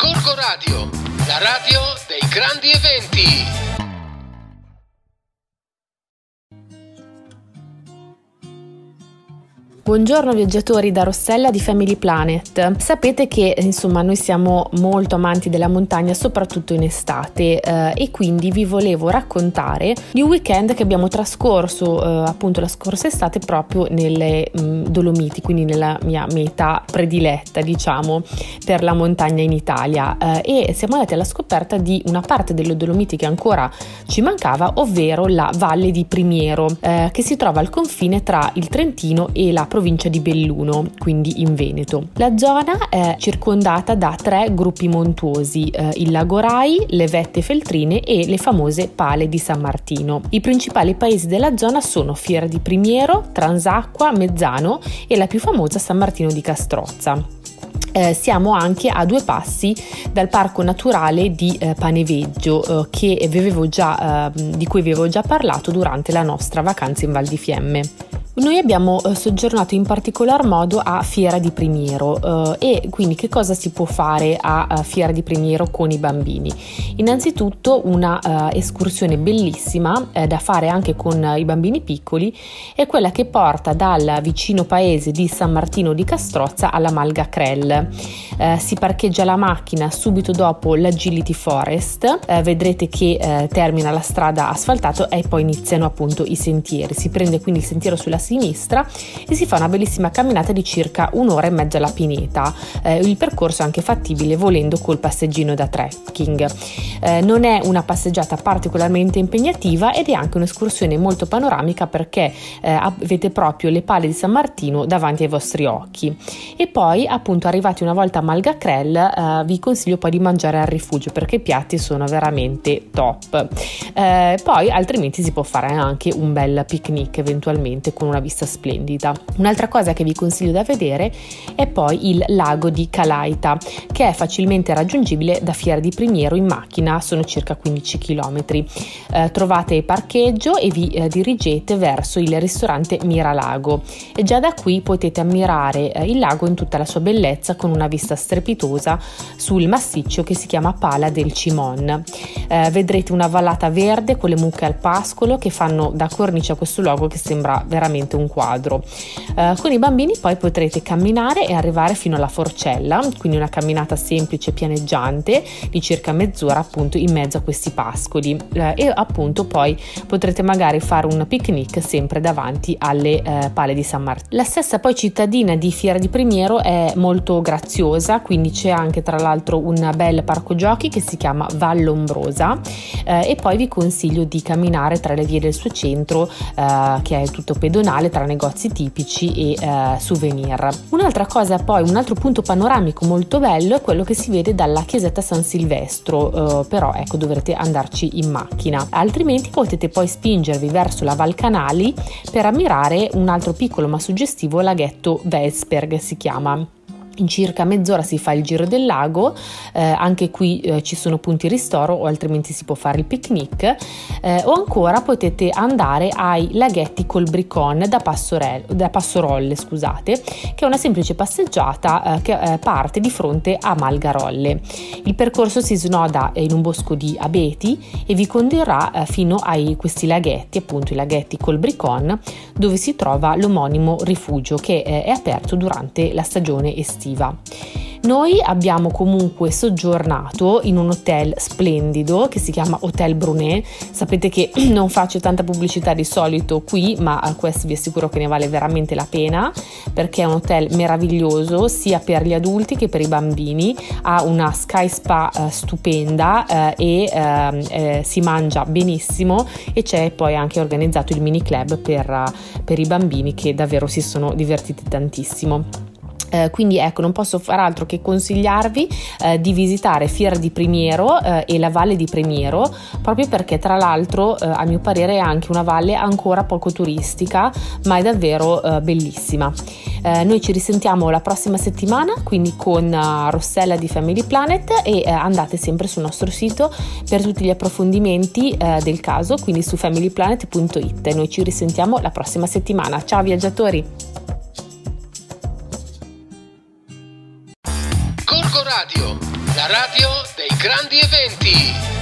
Gorgo Radio, la radio dei grandi eventi. Buongiorno viaggiatori da Rossella di Family Planet. Sapete che noi siamo molto amanti della montagna, soprattutto in estate, e quindi vi volevo raccontare di un weekend che abbiamo trascorso appunto la scorsa estate proprio nelle Dolomiti, quindi nella mia meta prediletta, diciamo, per la montagna in Italia, e siamo andati alla scoperta di una parte delle Dolomiti che ancora ci mancava, ovvero la Valle di Primiero, che si trova al confine tra il Trentino e la provincia di Belluno, quindi in Veneto. La zona è circondata da 3 gruppi montuosi, il Lago Rai, le Vette Feltrine e le famose Pale di San Martino. I principali paesi della zona sono Fiera di Primiero, Transacqua, Mezzano e la più famosa San Martino di Castrozza. Siamo anche a 2 passi dal parco naturale di Paneveggio, di cui vi avevo già parlato durante la nostra vacanza in Val di Fiemme. Noi abbiamo soggiornato in particolar modo a Fiera di Primiero, e quindi che cosa si può fare a Fiera di Primiero con i bambini? Innanzitutto una escursione bellissima da fare anche con i bambini piccoli è quella che porta dal vicino paese di San Martino di Castrozza alla Malga Crel. Si parcheggia la macchina subito dopo l'Agility Forest, vedrete che termina la strada asfaltata e poi iniziano appunto i sentieri. Si prende quindi il sentiero sulla sinistra e si fa una bellissima camminata di circa 1 ora e mezza alla pineta. Il percorso è anche fattibile volendo col passeggino da trekking. Non è una passeggiata particolarmente impegnativa ed è anche un'escursione molto panoramica perché avete proprio le Pale di San Martino davanti ai vostri occhi. E poi appunto arrivati una volta a Malga Crel vi consiglio poi di mangiare al rifugio perché i piatti sono veramente top. Poi altrimenti si può fare anche un bel picnic eventualmente con una vista splendida. Un'altra cosa che vi consiglio da vedere è poi il lago di Calaita, che è facilmente raggiungibile da Fiera di Primiero in macchina, sono circa 15 km. Trovate il parcheggio e vi dirigete verso il ristorante Miralago e già da qui potete ammirare il lago in tutta la sua bellezza con una vista strepitosa sul massiccio che si chiama Pala del Cimon. Vedrete una vallata verde con le mucche al pascolo che fanno da cornice a questo luogo che sembra veramente un quadro. Con i bambini poi potrete camminare e arrivare fino alla Forcella, quindi una camminata semplice pianeggiante di circa mezz'ora appunto in mezzo a questi pascoli, e appunto poi potrete magari fare un picnic sempre davanti alle Pale di San Martino. La stessa poi cittadina di Fiera di Primiero è molto graziosa, quindi c'è anche tra l'altro un bel parco giochi che si chiama Vallombrosa, e poi vi consiglio di camminare tra le vie del suo centro, che è tutto pedonale tra negozi tipici e souvenir. Un'altra cosa poi, un altro punto panoramico molto bello è quello che si vede dalla chiesetta San Silvestro, però ecco dovrete andarci in macchina, altrimenti potete poi spingervi verso la Val Canali per ammirare un altro piccolo ma suggestivo laghetto Vesperg si chiama. In circa mezz'ora si fa il giro del lago, anche qui ci sono punti ristoro o altrimenti si può fare il picnic, o ancora potete andare ai laghetti Colbricon da Passorolle, che è una semplice passeggiata che parte di fronte a Malgarolle. Il percorso si snoda in un bosco di abeti e vi condurrà fino a questi laghetti, appunto i laghetti Colbricon, dove si trova l'omonimo rifugio che è aperto durante la stagione estiva. Noi abbiamo comunque soggiornato in un hotel splendido che si chiama Hotel Brunet. Sapete che non faccio tanta pubblicità di solito qui, ma questo vi assicuro che ne vale veramente la pena perché è un hotel meraviglioso sia per gli adulti che per i bambini. Ha una Sky Spa stupenda e si mangia benissimo e c'è poi anche organizzato il mini club per i bambini che davvero si sono divertiti tantissimo. Quindi ecco, non posso far altro che consigliarvi di visitare Fiera di Primiero e la Valle di Primiero, proprio perché tra l'altro a mio parere è anche una valle ancora poco turistica ma è davvero bellissima. Noi ci risentiamo la prossima settimana quindi con Rossella di Family Planet e andate sempre sul nostro sito per tutti gli approfondimenti del caso, quindi su familyplanet.it. Noi ci risentiamo la prossima settimana. Ciao viaggiatori! Gorgo Radio, la radio dei grandi eventi.